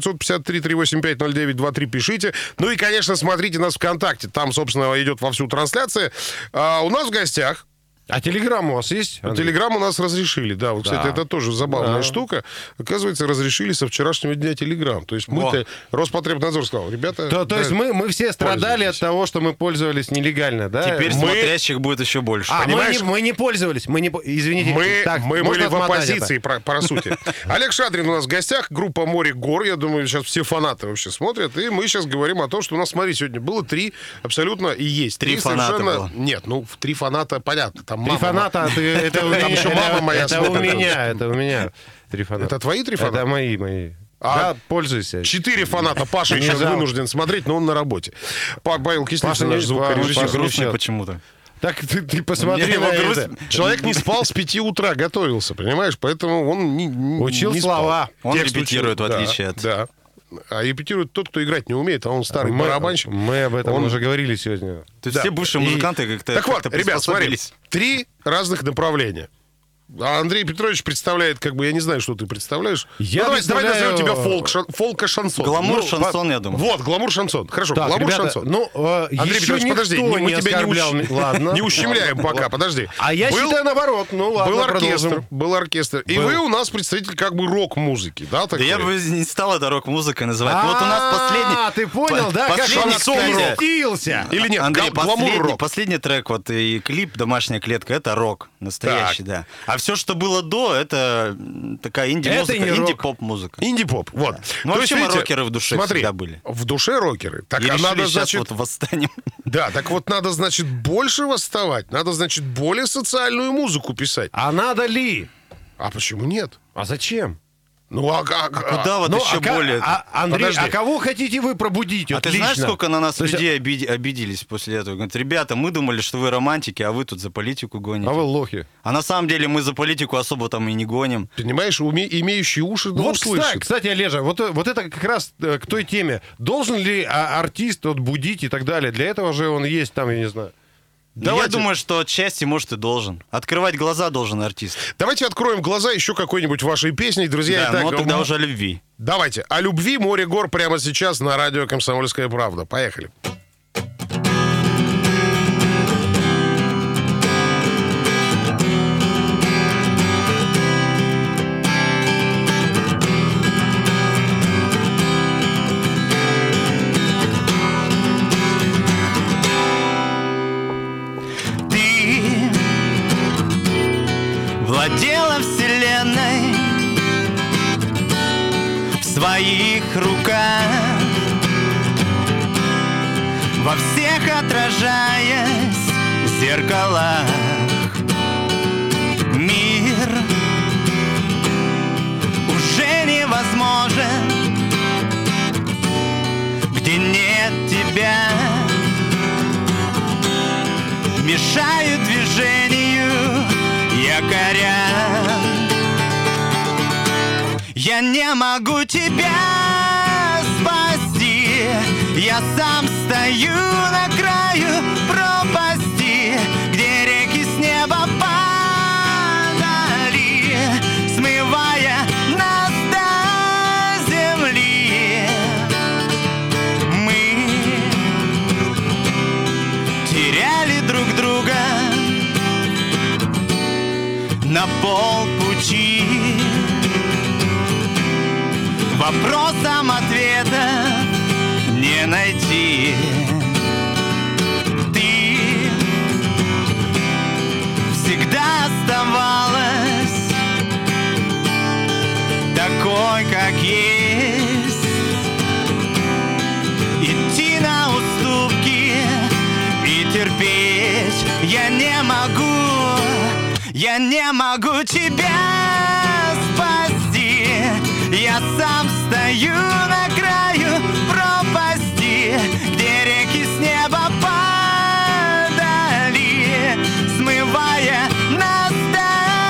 8-953-385-0923. Пишите. Ну и, конечно, смотрите нас ВКонтакте. Там, собственно, идет вовсю трансляция. У нас в гостях... А Телеграм у вас есть? Телеграм у нас разрешили, да. Вот, кстати, это тоже забавная штука. Оказывается, разрешили со вчерашнего дня Телеграм. То есть мы-то, Роспотребнадзор сказал, ребята... То есть мы все страдали от того, что мы пользовались нелегально, да? Теперь смотрящих будет еще больше. Мы не пользовались, извините. Мы были в оппозиции, по сути. Олег Шадрин у нас в гостях, группа «Море гор». Я думаю, сейчас все фанаты вообще смотрят. И мы сейчас говорим о том, что у нас, смотри, сегодня было 3 абсолютно и есть. 3 фаната было. Нет, 3 фаната, понятно. Там 3 фаната, это у меня. Там еще мама моя смотрит. Это у меня 3 фаната. Это твои 3 фаната? Это мои. Да, пользуйся. 4 фаната. Паша сейчас вынужден смотреть, но он на работе. Павел Кислицын, наш звукорежиссер. Грустный почему-то. Так ты посмотри на это. Человек не спал с 5 утра, готовился, понимаешь? Поэтому он не учил слова. Он репетирует, в отличие от... Да. А репетирует тот, кто играть не умеет, а он старый барабанщик. Мы об этом уже говорили сегодня. То есть все бывшие музыканты как-то так вот, ребят, смотри, 3 разных направления. А Андрей Петрович представляет, я не знаю, что ты представляешь. Давай назовем тебя фолка-шансон. Гламур-шансон, я думаю. Вот, гламур-шансон. Хорошо, так, гламур-шансон. Андрей Петрович, подожди, мы тебя не ущемляем пока, подожди. А я считаю наоборот. Был оркестр. И вы у нас представитель рок-музыки, да? Да я бы не стал это рок-музыкой называть. Вот у нас последний... ты понял, да? Как шансон сместился. Или нет, Андрей, гламур-рок. последний трек, и клип «Домашняя клетка» — это рок настоящий, да. А все, что было до, это такая инди-музыка, инди-поп-музыка. Инди-поп, вот. Ну, вообще мы рокеры в душе всегда были. В душе рокеры. Так, и решили, надо, сейчас вот восстанем. Да, так вот надо, значит, больше восставать. Надо, значит, более социальную музыку писать. А надо ли? А почему нет? А зачем? Куда вот еще более... Андрей, подожди. А кого хотите вы пробудить? А ты знаешь, сколько на нас людей обиделись после этого? Говорят, ребята, мы думали, что вы романтики, а вы тут за политику гоните. А вы лохи. А на самом деле мы за политику особо там и не гоним. Понимаешь, имеющие уши, да услышат. Кстати, Олежа, вот это как раз к той теме. Должен ли артист будить и так далее? Для этого же он есть там, я не знаю. Я думаю, что отчасти, может, и должен. Открывать глаза должен артист. Давайте откроем глаза еще какой-нибудь вашей песней, друзья. Да, тогда уже о любви. Давайте. О любви «Море гор» прямо сейчас на радио «Комсомольская правда». Поехали. Владела вселенной в своих руках. во всех отражаясь в зеркалах. Мир уже невозможен, где нет тебя. Мешают движению якоря. Я не могу тебя спасти, я сам стою на краю пропасти, где реки с неба падали, смывая нас до земли. Мы теряли друг друга на полпути. Вопросам ответа не найти. Ты всегда оставалась такой, как есть. Идти на уступки и терпеть я не могу тебя спасти. Я сам стою на краю пропасти, где реки с неба падали, смывая нас до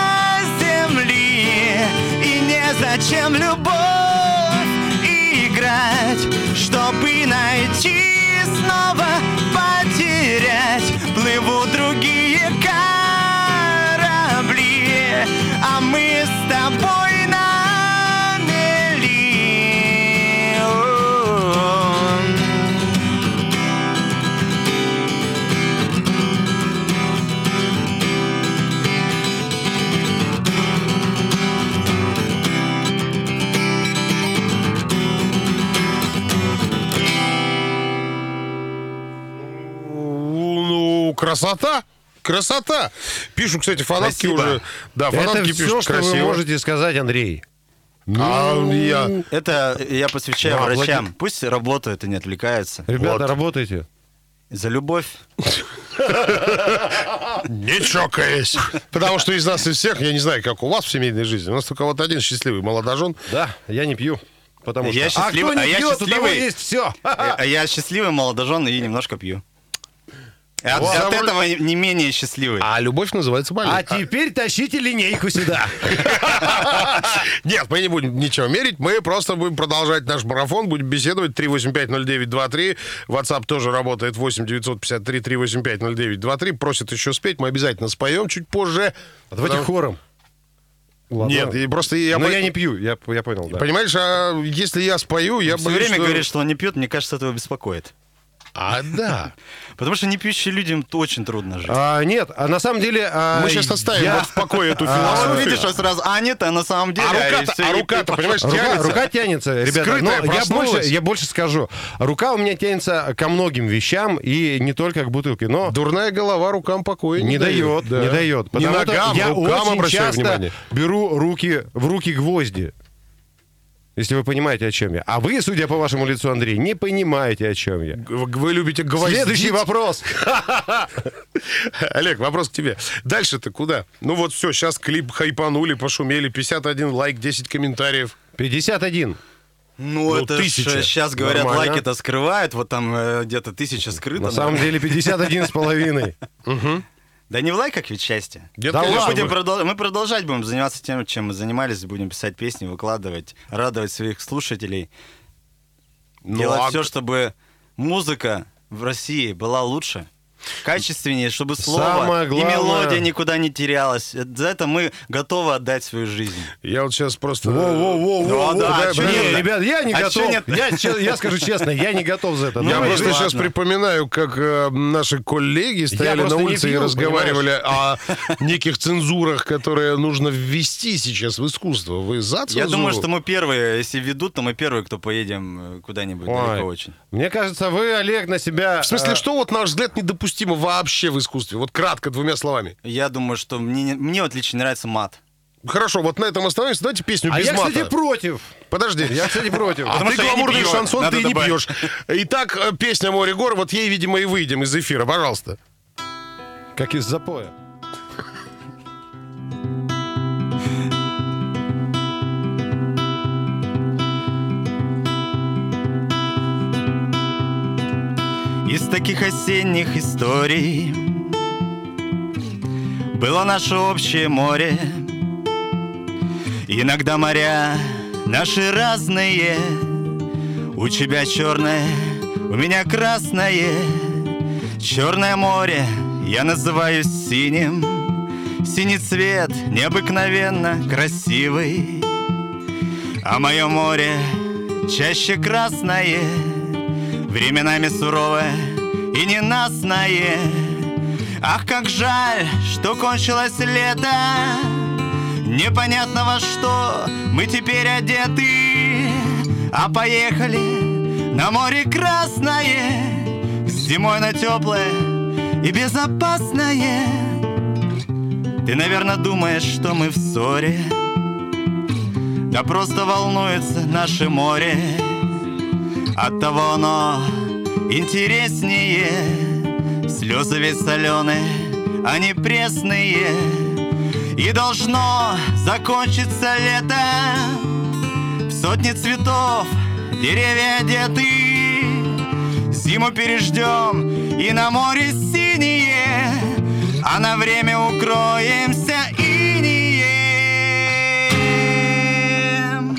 земли. И незачем любовь играть, чтобы найти, снова потерять. Плывут другие корабли, а мы с тобой на Красота! Красота! Пишут, кстати, фанатки Спасибо. уже. Да, фанатки это пишут все, что красиво. вы можете сказать, Андрей. Это я посвящаю Да, врачам. Владик. Пусть работают и не отвлекаются. Ребята, работайте. За любовь. Не чокаясь. Потому что из нас, из всех, я не знаю, как у вас в семейной жизни, у нас только вот один счастливый молодожен. Да, я не пью. Потому Я что... счастливый, кто не а я пьет, у того счастливый. есть все. А я счастливый молодожен и немножко пью. От этого не менее счастливый. А любовь называется болезнь. А теперь тащите линейку сюда. Нет, мы не будем ничего мерить, мы просто будем продолжать наш марафон, будем беседовать. 3850923. WhatsApp тоже работает. 8-953-385-0923. Просят еще спеть, мы обязательно споем чуть позже. А давайте хором. Ладно. Нет, и просто я... Но я не пью, я понял, да. Понимаешь, а если я спою, я Все боюсь, время что... говорит, что он не пьет, мне кажется, это его беспокоит. А, да. Потому что не пьющим людям очень трудно жить. Нет, а на самом деле... Мы сейчас оставим вот в покое эту А философию. видишь, что сразу, нет, а на самом деле... А рука-то, понимаешь, тянется. Рука тянется, ребята. Скрытая Но проснулась. я больше скажу. Рука у меня тянется ко многим вещам, и не только к бутылке, но... Дурная голова рукам покоя Не дает, да. не дает. Не Потому ногам, что я рукам очень обращаю часто внимание. беру в руки гвозди. Если вы понимаете, о чем я. А вы, судя по вашему лицу, Андрей, не понимаете, о чем я. Вы любите гвоздить. Следующий вопрос. Олег, вопрос к тебе. Дальше-то куда? Ну вот все, сейчас клип хайпанули, пошумели. 51 лайк, 10 комментариев. 51. Ну, это 1000. сейчас говорят, Нормально. лайки-то скрывают, вот там где-то 1000 скрыто. На самом деле 51,5. Да не в лайках ведь счастье. Где-то Да я ладно. думаю, Мы продолжать будем заниматься тем, чем мы занимались, будем писать песни, выкладывать, радовать своих слушателей. Делать а все, чтобы музыка в России была лучше, качественнее, чтобы слово Самое и главное- мелодия никуда не терялась. За это мы готовы отдать свою жизнь. я вот сейчас просто... Во-во-во. да, а чё Не, нет? ребят, я не А готов. чё нет? Я скажу честно, я не готов за это. Я Ну, просто ладно. сейчас припоминаю, как наши коллеги стояли на просто не улице и пью, разговаривали о неких цензурах, которые нужно ввести сейчас в искусство. Вы за цензуру? Я думаю, что мы первые, если ведут, то мы первые, кто поедем куда-нибудь далеко очень. Мне кажется, вы, Олег, на себя... В смысле, что вот, на наш взгляд, недопустимо вообще в искусстве? Вот кратко, двумя словами. Я думаю, что мне вот лично нравится мат. хорошо, вот на этом остановимся. Давайте песню без я, мата. кстати, против. Подожди. Я, кстати, против. А ты гламурный шансон, ты не пьешь. Итак, песня «Море гор», вот ей, видимо, и выйдем из эфира. Пожалуйста. Как из запоя. Из таких осенних историй было наше общее море. Иногда моря наши разные. У тебя черное, у меня красное. Черное море я называю синим. Синий цвет необыкновенно красивый. А мое море чаще красное, временами суровое и ненастное. Ах, как жаль, что кончилось лето. Непонятно во что мы теперь одеты. А поехали на море красное, зимой на теплое и безопасное. Ты, наверное, думаешь, что мы в ссоре. Да просто волнуется наше море. Оттого оно интереснее. Слезы ведь соленые, они пресные. И должно закончиться лето. В сотни цветов деревья одеты. Зиму переждем и на море синее, а на время укроемся инеем.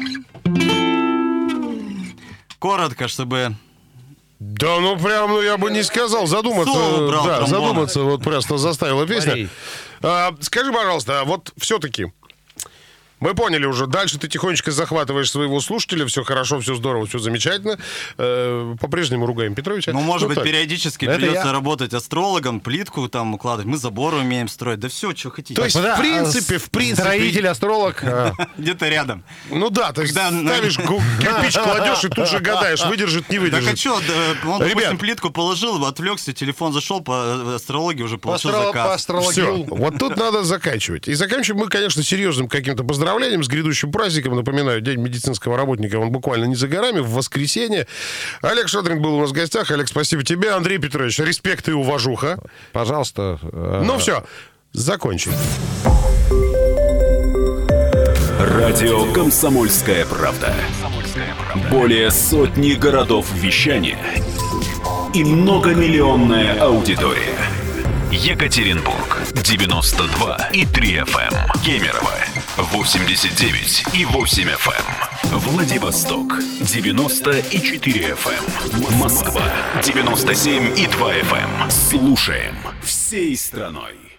Коротко, чтобы... Да, ну прям, ну я бы не сказал, задуматься. Да, задуматься, вот просто заставила песня. Скажи, пожалуйста, вот все-таки мы поняли уже, дальше ты тихонечко захватываешь своего слушателя, все хорошо, все здорово, все замечательно. По-прежнему ругаем Петровича. Ну, может быть, периодически придется работать астрологом, плитку там укладывать, мы заборы умеем строить, да все, что хотите. То есть, в принципе... Строитель, астролог... Где-то рядом. Ну да, ты ставишь кирпич, кладешь и тут же гадаешь, выдержит, не выдержит. Так а что, он, допустим, плитку положил, отвлекся, телефон зашел, по астрологии уже получил заказ. Все, вот тут надо заканчивать. И заканчиваем мы, конечно, серьезным каким-то поздравлением с грядущим праздником. Напоминаю, День медицинского работника, он буквально не за горами, в воскресенье. Олег Шадрин был у нас в гостях. Олег, спасибо тебе. Андрей Петрович, респект и уважуха. Пожалуйста. Ну все, закончим. Радио «Комсомольская правда». Более сотни городов вещания и многомиллионная аудитория. Екатеринбург 92,3 FM. Кемерово 89,8 FM. Владивосток 90,4 FM. Москва 97,2 FM. Слушаем всей страной.